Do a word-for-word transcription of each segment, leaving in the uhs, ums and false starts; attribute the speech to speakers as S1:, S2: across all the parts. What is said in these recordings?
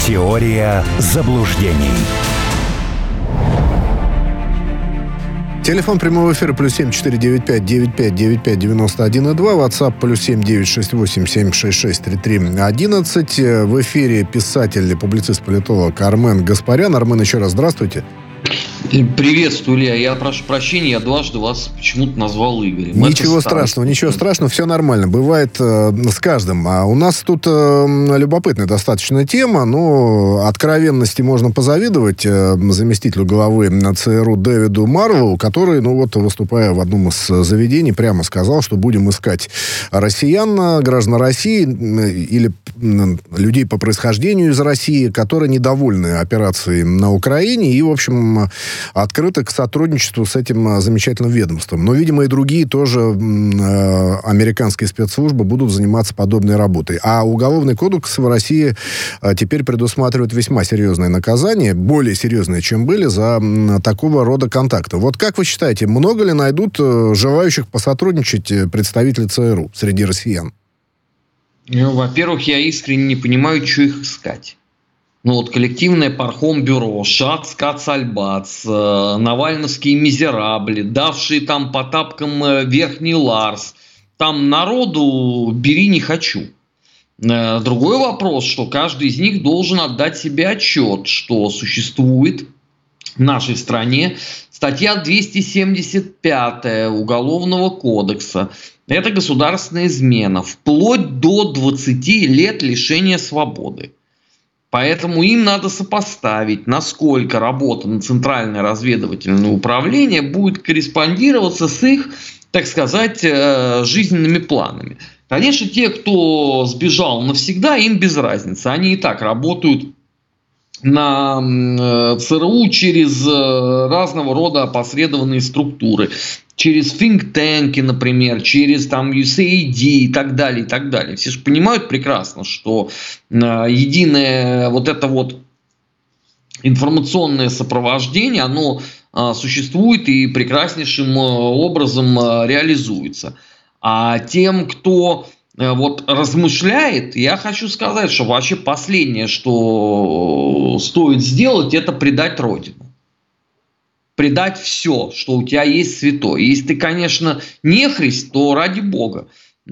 S1: Теория заблуждений.
S2: Телефон прямого эфира плюс семь четыре девять пять девять пять девять пять девяносто один и два. WhatsApp плюс семь девять шесть восемь семь шесть шесть три три одиннадцать. В эфире писатель, публицист, политолог Армен Гаспарян. Армен, еще раз здравствуйте.
S3: Приветствую, Илья. Я прошу прощения, я дважды вас почему-то назвал Игорем.
S2: Ничего страшного, ничего страшного, все нормально. Бывает э, с каждым. А у нас тут э, любопытная достаточно тема, но откровенности можно позавидовать э, заместителю главы ЦРУ Дэвиду Марвелу, который, ну вот, выступая в одном из заведений, прямо сказал, что будем искать россиян, граждан России или э, людей по происхождению из России, которые недовольны операцией на Украине и, в общем, открыты к сотрудничеству с этим замечательным ведомством. Но, видимо, и другие тоже э, американские спецслужбы будут заниматься подобной работой. А Уголовный кодекс в России э, теперь предусматривает весьма серьезные наказания, более серьезные, чем были, за э, такого рода контакты. Вот как вы считаете, много ли найдут э, желающих посотрудничать представители ЦРУ среди россиян?
S3: Ну, во-первых, я искренне не понимаю, что их искать. Ну вот коллективное Пархомбюро, Шац, Кац, Альбац, э, навальновские мизерабли, давшие там по тапкам э, Верхний Ларс. Там народу бери не хочу. Э, другой вопрос, что каждый из них должен отдать себе отчет, что существует в нашей стране статья двести семьдесят пять Уголовного кодекса. Это государственная измена, вплоть до двадцати лет лишения свободы. Поэтому им надо сопоставить, насколько работа на Центральное разведывательное управление будет корреспондироваться с их, так сказать, жизненными планами. Конечно, те, кто сбежал навсегда, им без разницы. Они и так работают на ЦРУ через разного рода опосредованные структуры. Через think-танки, например, через там ю эс эй ай ди и так далее, и так далее. Все же понимают прекрасно, что э, единое вот это вот информационное сопровождение, оно э, существует и прекраснейшим э, образом э, реализуется. А тем, кто э, вот размышляет, я хочу сказать, что вообще последнее, что стоит сделать, это предать Родину. Предать все, что у тебя есть святое. Если ты, конечно, не христ, то ради бога.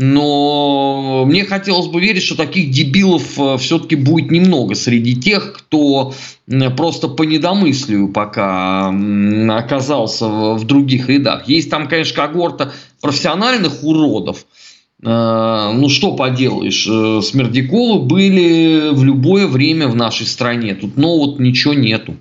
S3: Но мне хотелось бы верить, что таких дебилов все-таки будет немного среди тех, кто просто по недомыслию пока оказался в других рядах. Есть там, конечно, когорта профессиональных уродов. Ну, что поделаешь, Смердяковы были в любое время в нашей стране. Тут нового ничего нету.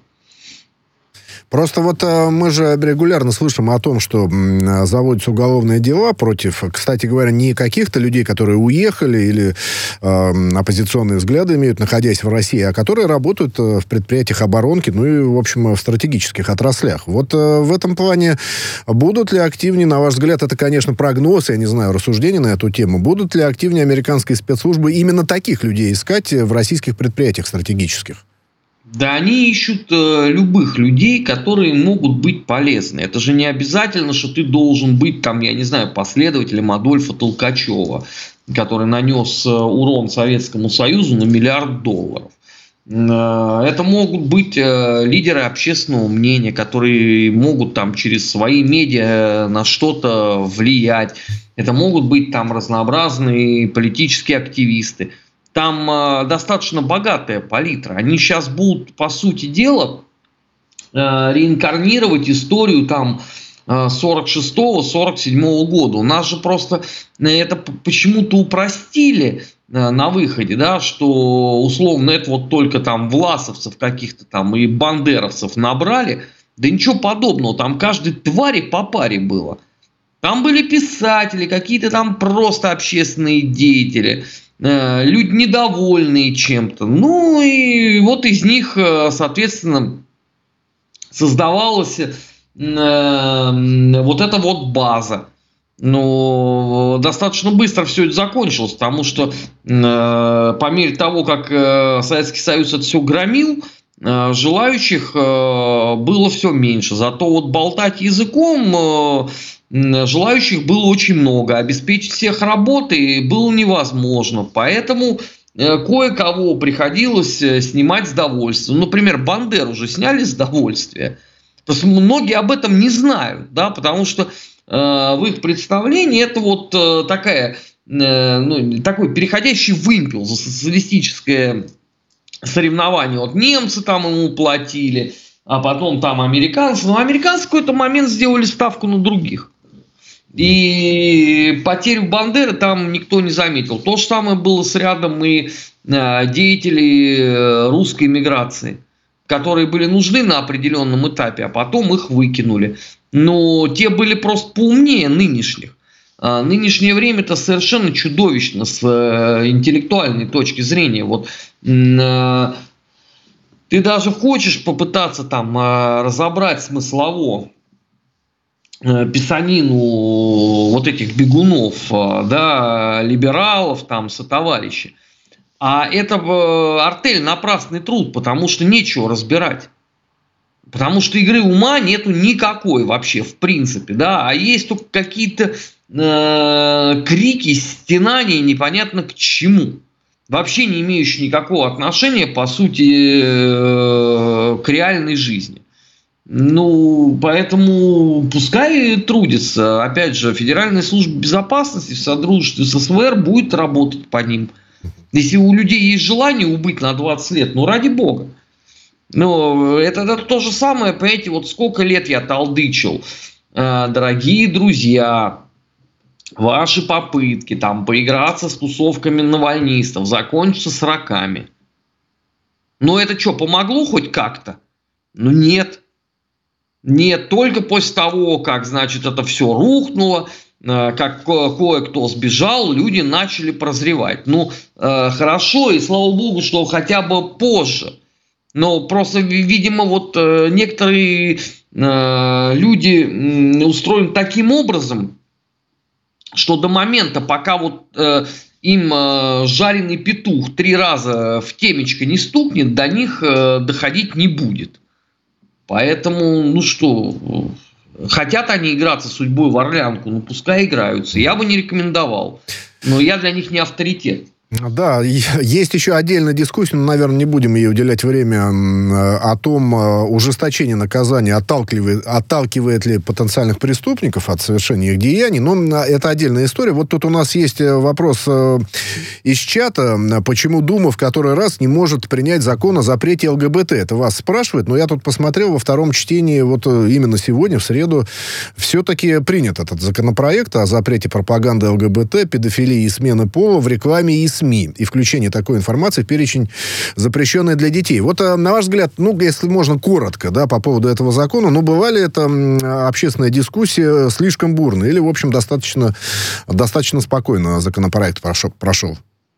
S2: Просто вот мы же регулярно слышим о том, что заводятся уголовные дела против, кстати говоря, не каких-то людей, которые уехали или э, оппозиционные взгляды имеют, находясь в России, а которые работают в предприятиях оборонки, ну и, в общем, в стратегических отраслях. Вот э, в этом плане будут ли активнее, на ваш взгляд, это, конечно, прогноз, я не знаю, рассуждения на эту тему, будут ли активнее американские спецслужбы именно таких людей искать в российских предприятиях стратегических?
S3: Да они ищут э, любых людей, которые могут быть полезны. Это же не обязательно, что ты должен быть, там, я не знаю, последователем Адольфа Толкачева, который нанес э, урон Советскому Союзу на миллиард долларов. Э, это могут быть э, лидеры общественного мнения, которые могут там через свои медиа на что-то влиять. Это могут быть там разнообразные политические активисты. Там э, достаточно богатая палитра. Они сейчас будут, по сути дела, э, реинкарнировать историю там сорок шестого сорок седьмого года. У нас же просто это почему-то упростили э, на выходе, да, что условно это вот только там власовцев каких-то там и бандеровцев набрали. Да ничего подобного. Там каждой твари по паре было. Там были писатели, какие-то там просто общественные деятели, люди недовольные чем-то. Ну и вот из них, соответственно, создавалась э, вот эта вот база. Но достаточно быстро все это закончилось, потому что э, по мере того, как э, Советский Союз это все громил, э, желающих э, было все меньше. Зато вот болтать языком э, желающих было очень много. Обеспечить всех работой было невозможно. Поэтому кое-кого приходилось снимать с довольствием. Например, Бандеру уже сняли с довольствия. Просто многие об этом не знают, да, потому что э, в их представлении это вот э, такая, э, ну, такой переходящий вымпел за социалистическое соревнование. Вот немцы там ему платили, а потом там американцы. Но американцы в какой-то момент сделали ставку на других. И потерю Бандеры там никто не заметил. То же самое было с рядом и э, деятелей э, русской эмиграции, которые были нужны на определенном этапе, а потом их выкинули. Но те были просто поумнее нынешних. А нынешнее время-то совершенно чудовищно с э, интеллектуальной точки зрения. Вот, э, ты даже хочешь попытаться там э, разобрать смыслово э, писанину вот этих бегунов, э, да, либералов, там, сотоварищей. А это артель напрасный труд, потому что нечего разбирать. Потому что игры ума нету никакой вообще, в принципе. Да? А есть только какие-то э, крики, стенания непонятно к чему. Вообще не имеющие никакого отношения, по сути, э, к реальной жизни. Ну, поэтому пускай трудится. Опять же, Федеральная служба безопасности в содружестве с СВР будет работать по ним. Если у людей есть желание убыть на двадцать лет, ну ради бога. Ну, это, это то же самое, понимаете, вот сколько лет я толдычил. Э, дорогие друзья, ваши попытки там поиграться с тусовками навальнистов закончатся сроками. Ну это что, помогло хоть как-то? Ну нет. Нет, только после того, как, значит, это все рухнуло, как кое-кто сбежал, люди начали прозревать. Ну, э, хорошо, и слава богу, что хотя бы позже. Но просто, видимо, вот э, некоторые э, люди э, устроены таким образом, что до момента, пока вот э, им э, жареный петух три раза в темечко не стукнет, до них э, доходить не будет. Поэтому, ну что... Хотят они играться судьбой в орлянку, ну пускай играются. Я бы не рекомендовал. Но я для них не авторитет.
S2: Да, есть еще отдельная дискуссия, но, наверное, не будем ей уделять время, о том, ужесточение наказания отталкивает, отталкивает ли потенциальных преступников от совершения их деяний. Но это отдельная история. Вот тут у нас есть вопрос из чата. Почему Дума в который раз не может принять закон о запрете ЛГБТ? Это вас спрашивают, но я тут посмотрел во втором чтении, вот именно сегодня, в среду, все-таки принят этот законопроект о запрете пропаганды ЛГБТ, педофилии и смены пола в рекламе и СМИ. И включение такой информации в перечень, запрещенный для детей. Вот, на ваш взгляд, ну, если можно коротко, да, по поводу этого закона, ну, бывали это общественная дискуссия слишком бурная или, в общем, достаточно, достаточно спокойно законопроект прошел? прошел?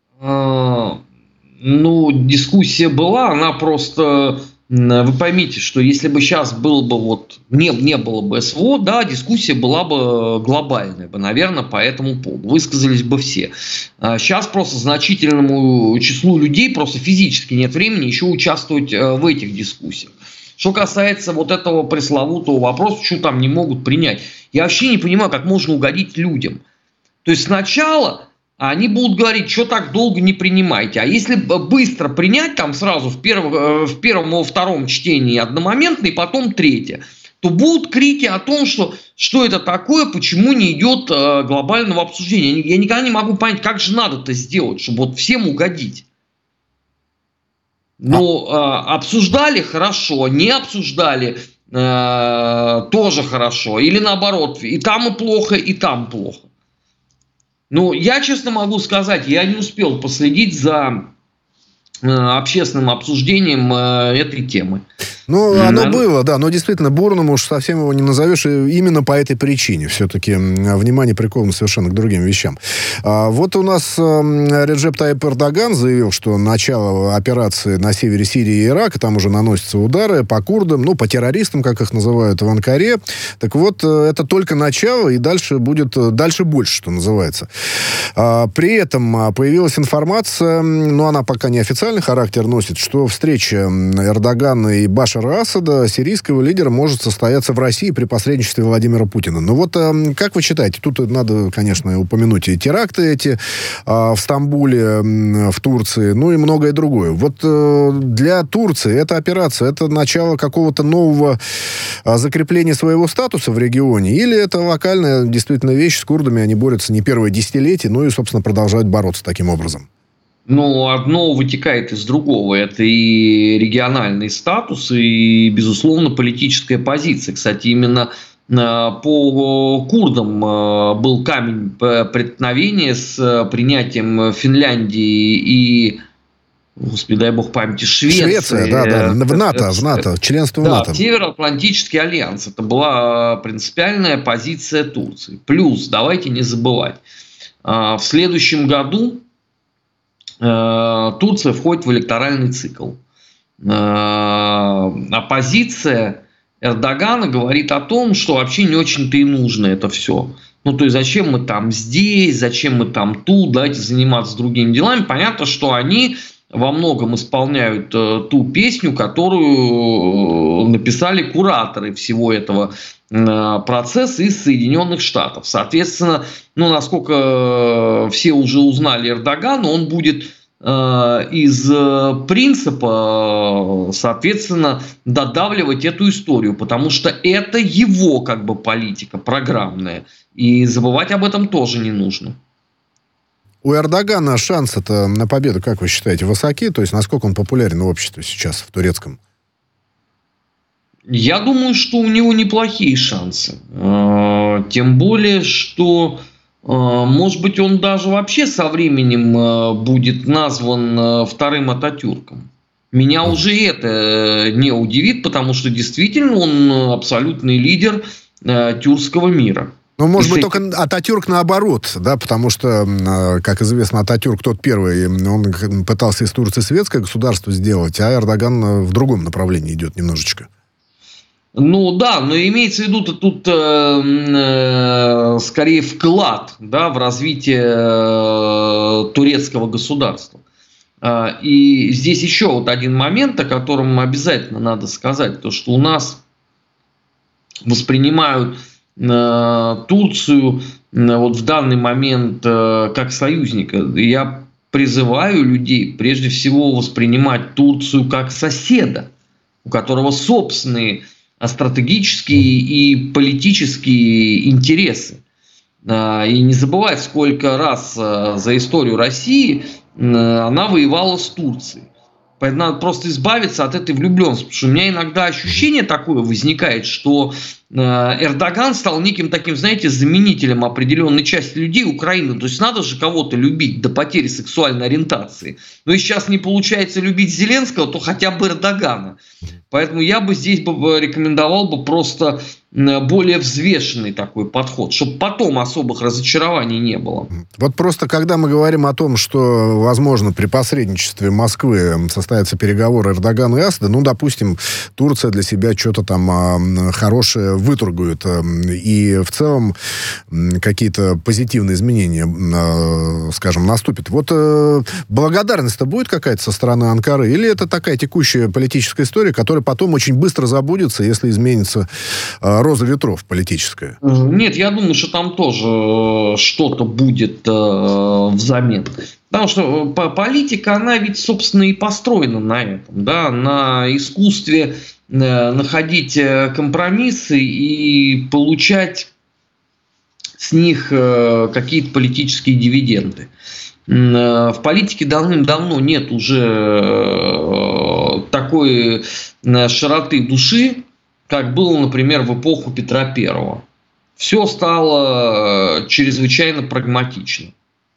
S3: А, ну, дискуссия была, она просто... Вы поймите, что если бы сейчас было бы вот не, не было бы СВО, да, дискуссия была бы глобальная, бы, наверное, по этому поводу. Высказались бы все. Сейчас просто значительному числу людей просто физически нет времени еще участвовать в этих дискуссиях. Что касается вот этого пресловутого вопроса, что там не могут принять, я вообще не понимаю, как можно угодить людям. То есть сначала... Они будут говорить, что так долго не принимаете. А если быстро принять, там сразу в первом, в первом и во втором чтении одномоментно, и потом третье, то будут крики о том, что, что это такое, почему не идет э, глобального обсуждения. Я никогда не могу понять, как же надо это сделать, чтобы вот всем угодить. Ну, э, обсуждали – хорошо, не обсуждали э, – тоже хорошо. Или наоборот, и там и плохо, и там плохо. Ну, я честно могу сказать, я не успел последить за э, общественным обсуждением э, этой темы.
S2: Ну, оно было, да, но действительно бурным уж совсем его не назовешь именно по этой причине. Все-таки внимание приковано совершенно к другим вещам. А, вот у нас Реджеп Тайип Эрдоган заявил, что начало операции на севере Сирии и Ирака, там уже наносятся удары по курдам, ну, по террористам, как их называют в Анкаре. Так вот, это только начало, и дальше будет, дальше больше, что называется. А, при этом появилась информация, но она пока не официальный характер носит, что встреча Эрдогана и Башара Башара Асада, сирийского лидера, может состояться в России при посредничестве Владимира Путина. Ну вот, как вы считаете, тут надо, конечно, упомянуть и теракты эти в Стамбуле, в Турции, ну и многое другое. Вот для Турции эта операция, это начало какого-то нового закрепления своего статуса в регионе, или это локальная действительно вещь, с курдами они борются не первое десятилетие, ну и, собственно, продолжают бороться таким образом?
S3: Ну, одно вытекает из другого. Это и региональный статус, и, безусловно, политическая позиция. Кстати, именно по курдам был камень преткновения с принятием Финляндии и, господи, дай бог памяти, Швеции.
S2: Швеция, да, да, в НАТО, в НАТО, членство
S3: да,
S2: в НАТО.
S3: Да, Североатлантический альянс. Это была принципиальная позиция Турции. Плюс, давайте не забывать, в следующем году Турция входит в электоральный цикл. Оппозиция Эрдогана говорит о том, что вообще не очень-то и нужно это все. Ну, то есть, зачем мы там здесь, зачем мы там тут, давайте заниматься другими делами. Понятно, что они во многом исполняют ту песню, которую написали кураторы всего этого процесс из Соединенных Штатов. Соответственно, ну, насколько все уже узнали Эрдогана, он будет э, из принципа, соответственно, додавливать эту историю, потому что это его как бы политика программная. И забывать об этом тоже не нужно.
S2: У Эрдогана шансы-то на победу, как вы считаете, высоки? То есть, насколько он популярен в обществе сейчас, в турецком?
S3: Я думаю, что у него неплохие шансы. Тем более, что, может быть, он даже вообще со временем будет назван вторым Ататюрком. Меня уже это не удивит, потому что действительно он абсолютный лидер тюркского мира.
S2: Ну, может быть, только Ататюрк наоборот, да, потому что, как известно, Ататюрк тот первый, он пытался из Турции светское государство сделать, а Эрдоган в другом направлении идет немножечко.
S3: Ну да, но имеется в виду тут э, э, скорее вклад, да, в развитие э, турецкого государства. Э, и здесь еще вот один момент, о котором обязательно надо сказать, то что у нас воспринимают э, Турцию э, вот в данный момент э, как союзника. Я призываю людей прежде всего воспринимать Турцию как соседа, у которого собственные стратегические и политические интересы. И не забывать, сколько раз за историю России она воевала с Турцией. Поэтому надо просто избавиться от этой влюбленности. Потому что у меня иногда ощущение такое возникает, что Эрдоган стал неким таким, знаете, заменителем определенной части людей Украины. То есть надо же кого-то любить до потери сексуальной ориентации. Но если сейчас не получается любить Зеленского, то хотя бы Эрдогана. Поэтому я бы здесь бы рекомендовал бы просто более взвешенный такой подход, чтобы потом особых разочарований не было.
S2: Вот просто когда мы говорим о том, что, возможно, при посредничестве Москвы состоятся переговоры Эрдогана и Асада, ну, допустим, Турция для себя что-то там хорошее выторгует, и в целом какие-то позитивные изменения, скажем, наступят. Вот благодарность-то будет какая-то со стороны Анкары, или это такая текущая политическая история, которая потом очень быстро забудется, если изменится роза ветров политическая?
S3: Нет, я думаю, что там тоже что-то будет э, взамен. Потому что политика, она ведь, собственно, и построена на этом, да, на искусстве э, находить компромиссы и получать с них э, какие-то политические дивиденды. Э, в политике давным-давно нет уже э, такой э, широты души, как было, например, в эпоху Петра Первого. Все стало чрезвычайно прагматично.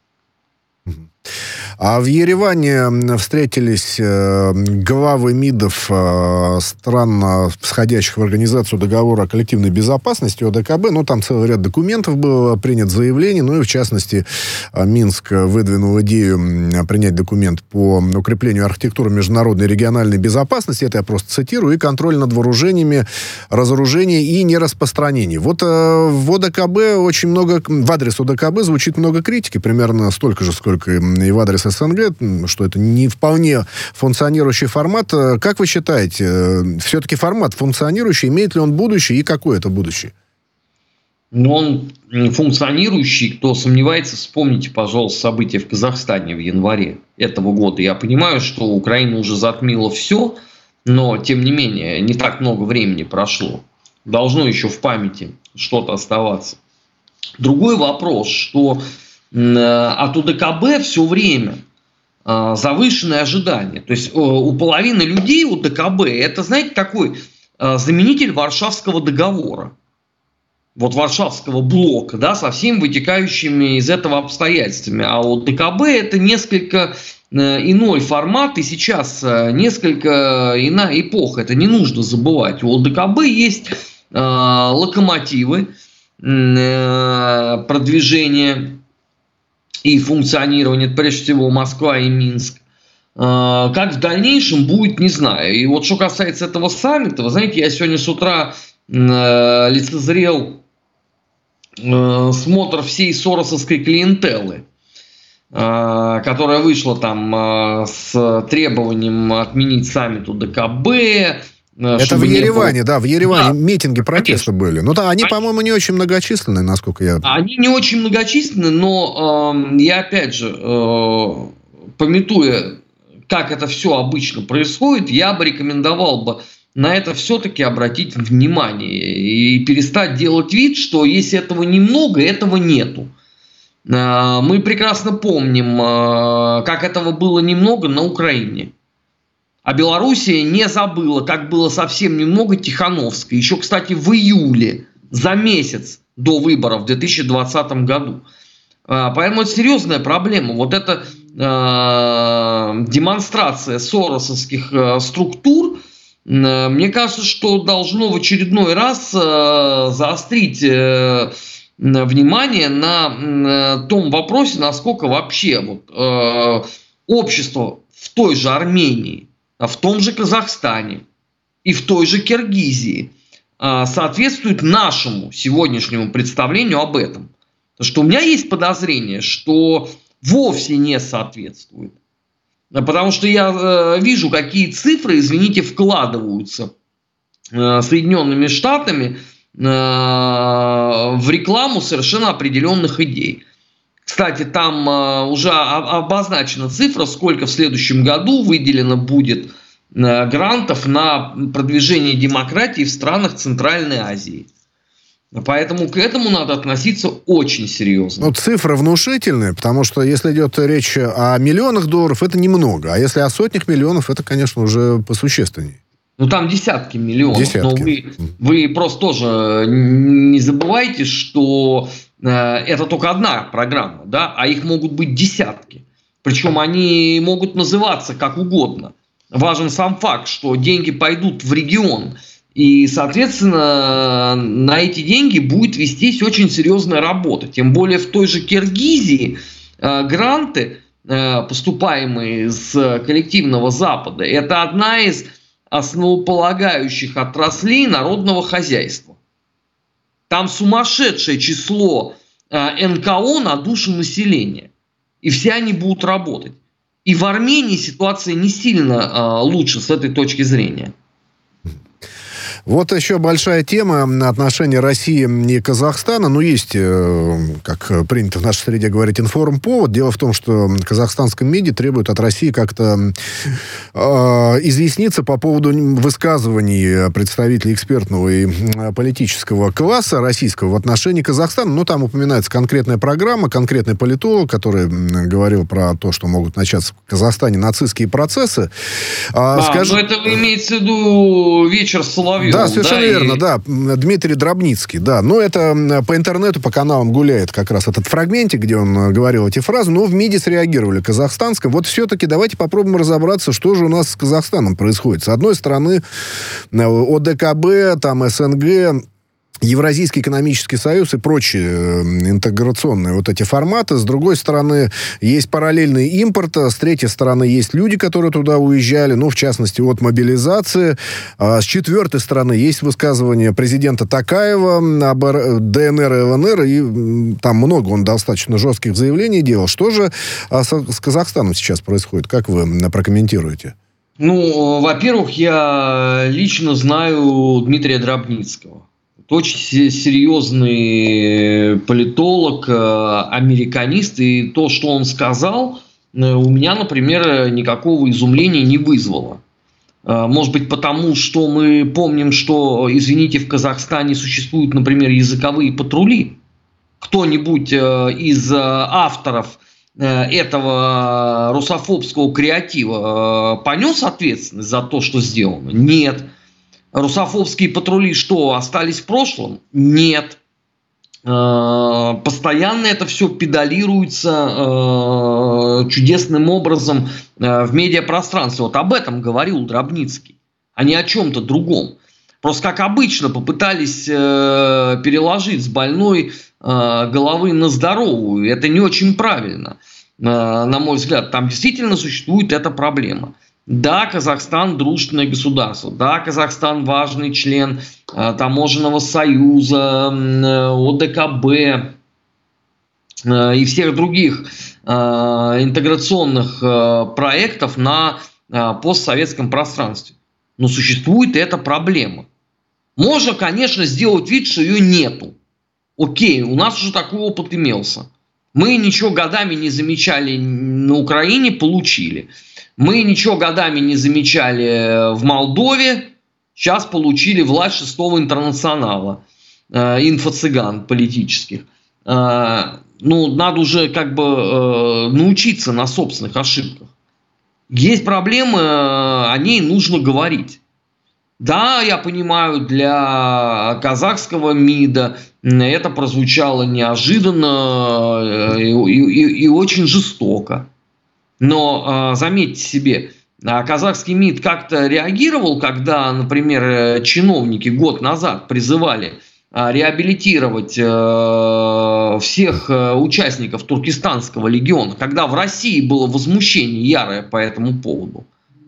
S2: А в Ереване встретились э, главы МИДов э, стран, входящих в Организацию договора о коллективной безопасности, О Д К Б. Ну, там целый ряд документов было принят, заявлений. Ну, и, в частности, Минск выдвинул идею принять документ по укреплению архитектуры международной и региональной безопасности. Это я просто цитирую. И контроль над вооружениями, разоружение и нераспространение. Вот э, в О Д К Б очень много, в адрес О Д К Б звучит много критики, примерно столько же, сколько и в адрес СНГ, что это не вполне функционирующий формат. Как вы считаете, все-таки формат функционирующий, имеет ли он будущее и какое это будущее?
S3: Но он функционирующий. Кто сомневается, вспомните, пожалуйста, события в Казахстане в январе этого года. Я понимаю, что Украина уже затмила все, но, тем не менее, не так много времени прошло. Должно еще в памяти что-то оставаться. Другой вопрос, что от УДКБ все время завышенные ожидания. То есть у половины людей УДКБ это, знаете, такой заменитель Варшавского договора. Вот Варшавского блока, да, со всеми вытекающими из этого обстоятельствами. А у ДКБ это несколько иной формат, и сейчас несколько иная эпоха. Это не нужно забывать. У ДКБ есть э, локомотивы э, продвижения и функционирования, прежде всего Москва и Минск. Э, как в дальнейшем будет, не знаю. И вот что касается этого саммита, вы знаете, я сегодня с утра э, лицезрел э, смотр всей соросовской клиентелы, которая вышла там с требованием отменить саммит УДКБ.
S2: Это в Ереване, было... да, в Ереване да, митинги протеста были. Ну да, они,
S3: они,
S2: по-моему, не очень многочисленные, насколько я...
S3: Они не очень многочисленные, но э, я, опять же, э, памятуя, как это все обычно происходит, я бы рекомендовал бы на это все-таки обратить внимание и перестать делать вид, что если этого немного, этого нету. Мы прекрасно помним, как этого было немного на Украине. А Белоруссия не забыла, как было совсем немного Тихановской. Еще, кстати, в июле, за месяц до выборов в две тысячи двадцатом году. Поэтому это серьезная проблема. Вот эта э, демонстрация соросовских э, структур, э, мне кажется, что должно в очередной раз э, заострить... Э, внимание на том вопросе, насколько вообще вот, э, общество в той же Армении, в том же Казахстане и в той же Киргизии э, соответствует нашему сегодняшнему представлению об этом. Потому что у меня есть подозрение, что вовсе не соответствует. Потому что я э, вижу, какие цифры, извините, вкладываются э, Соединенными Штатами в рекламу совершенно определенных идей. Кстати, там уже обозначена цифра, сколько в следующем году выделено будет грантов на продвижение демократии в странах Центральной Азии. Поэтому к этому надо относиться очень серьезно.
S2: Ну, цифра внушительная, потому что если идет речь о миллионах долларов, это немного. А если о сотнях миллионов, это, конечно, уже посущественнее.
S3: Ну, там десятки миллионов.
S2: Десятки.
S3: Но вы, вы просто тоже не забывайте, что э, это только одна программа, да, а их могут быть десятки. Причем они могут называться как угодно. Важен сам факт, что деньги пойдут в регион. И, соответственно, на эти деньги будет вестись очень серьезная работа. Тем более в той же Киргизии э, гранты, э, поступаемые с коллективного Запада, это одна из основополагающих отраслей народного хозяйства. Там сумасшедшее число э, эн ка о на душу населения. И все они будут работать. И в Армении ситуация не сильно э, лучше с этой точки зрения.
S2: Вот еще большая тема отношений России и Казахстана. Ну, есть, как принято в нашей среде говорить, информповод. Дело в том, что в казахстанском МИДе требуют от России как-то э, изъясниться по поводу высказываний представителей экспертного и политического класса российского в отношении Казахстана. Ну, там упоминается конкретная программа, конкретный политолог, который говорил про то, что могут начаться в Казахстане нацистские процессы. А,
S3: а
S2: скажи...
S3: но это имеется в виду вечер Соловьев.
S2: Да, совершенно
S3: да,
S2: верно,
S3: и...
S2: да. Дмитрий Дробницкий, да. Но это по интернету, по каналам гуляет как раз этот фрагментик, где он говорил эти фразы. Но в МИДе среагировали казахстанском. Вот все-таки давайте попробуем разобраться, что же у нас с Казахстаном происходит. С одной стороны, ОДКБ, там СНГ Евразийский экономический союз и прочие интеграционные вот эти форматы. С другой стороны, есть параллельный импорт. С третьей стороны, есть люди, которые туда уезжали, ну, в частности, от мобилизации. С четвертой стороны, есть высказывание президента Токаева об ДНР и ЛНР, и там много он достаточно жестких заявлений делал. Что же с Казахстаном сейчас происходит? Как вы прокомментируете?
S3: Ну, во-первых, я лично знаю Дмитрия Дробницкого. Очень серьезный политолог, американист, и то, что он сказал, у меня, например, никакого изумления не вызвало. Может быть, потому что мы помним, что, извините, в Казахстане существуют, например, языковые патрули. Кто-нибудь из авторов этого русофобского креатива понес ответственность за то, что сделано? Нет. Русофобские патрули что, остались в прошлом? Нет. Постоянно это все педалируется чудесным образом в медиапространстве. Вот об этом говорил Дробницкий, а не о чем-то другом. Просто, как обычно, попытались переложить с больной головы на здоровую. Это не очень правильно, на мой взгляд. Там действительно существует эта проблема. Да, Казахстан дружественное государство. Да, Казахстан важный член э, таможенного союза, э, ОДКБ э, и всех других э, интеграционных э, проектов на э, постсоветском пространстве. Но существует эта проблема. Можно, конечно, сделать вид, что ее нету. Окей, у нас уже такой опыт имелся. Мы ничего годами не замечали на Украине, получили. Мы ничего годами не замечали в Молдове, сейчас получили власть шестого интернационала, э, инфо-цыган политических. Э, ну, надо уже как бы э, научиться на собственных ошибках. Есть проблемы, о ней нужно говорить. Да, я понимаю, для казахского МИДа это прозвучало неожиданно и, и, и очень жестоко. Но, заметьте себе, казахский МИД как-то реагировал, когда, например, чиновники год назад призывали реабилитировать всех участников Туркестанского легиона, когда в России было возмущение ярое по этому поводу.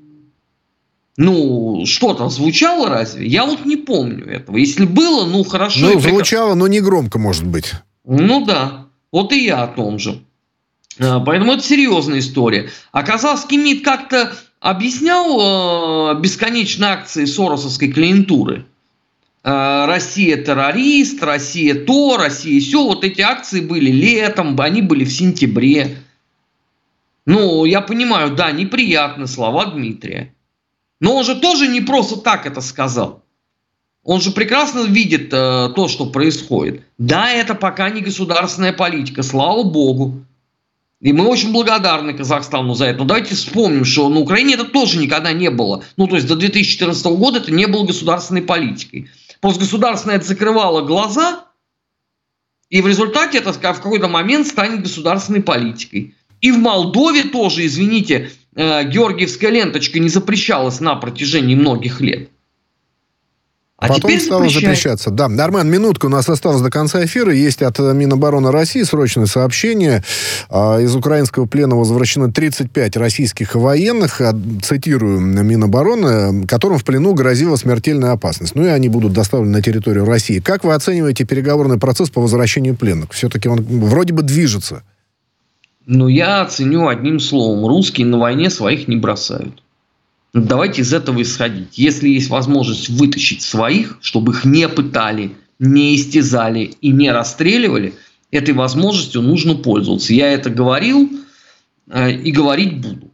S3: Ну, что-то звучало разве? Я вот не помню этого. Если было, ну, хорошо.
S2: Ну, звучало, но не громко, может быть.
S3: Ну, да. Вот и я о том же. Поэтому это серьезная история. А казахский МИД как-то объяснял э, бесконечные акции соросовской клиентуры. Э, Россия террорист, Россия то, Россия сё. Вот эти акции были летом, они были в сентябре. Ну, я понимаю, да, неприятны слова Дмитрия. Но он же тоже не просто так это сказал. Он же прекрасно видит э, то, что происходит. Да, это пока не государственная политика, слава богу. И мы очень благодарны Казахстану за это. Но давайте вспомним, что на Украине это тоже никогда не было. Ну, то есть до две тысячи четырнадцатого года это не было государственной политикой. Просто государственное это закрывало глаза, и в результате это в какой-то момент станет государственной политикой. И в Молдове тоже, извините, георгиевская ленточка не запрещалась на протяжении многих лет. А
S2: потом
S3: теперь
S2: стало
S3: запрещать.
S2: запрещаться. Да, Армен, минутка у нас осталась до конца эфира. Есть от Минобороны России срочное сообщение. Из украинского плена возвращено тридцать пять российских военных, цитирую Минобороны, которым в плену грозила смертельная опасность. Ну и они будут доставлены на территорию России. Как вы оцениваете переговорный процесс по возвращению пленных? Все-таки он вроде бы движется.
S3: Ну, я оценю одним словом. Русские на войне своих не бросают. Давайте из этого исходить. Если есть возможность вытащить своих, чтобы их не пытали, не истязали и не расстреливали, этой возможностью нужно пользоваться. Я это говорил э, и говорить буду.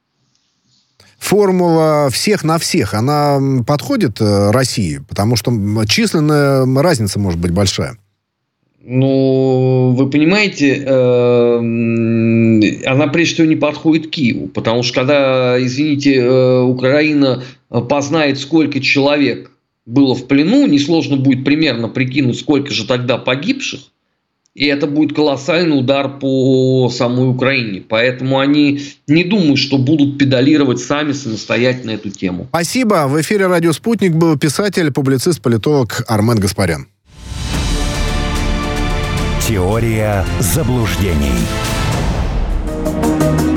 S2: Формула всех на всех, она подходит России? Потому что численная разница может быть большая.
S3: Ну, вы понимаете, э, она прежде всего не подходит Киеву, потому что когда, извините, э, Украина познает, сколько человек было в плену, несложно будет примерно прикинуть, сколько же тогда погибших, и это будет колоссальный удар по самой Украине. Поэтому они не думают, что будут педалировать сами самостоятельно эту тему.
S2: Спасибо. В эфире «Радио Спутник» был писатель, публицист, политолог Армен Гаспарян.
S1: Теория заблуждений.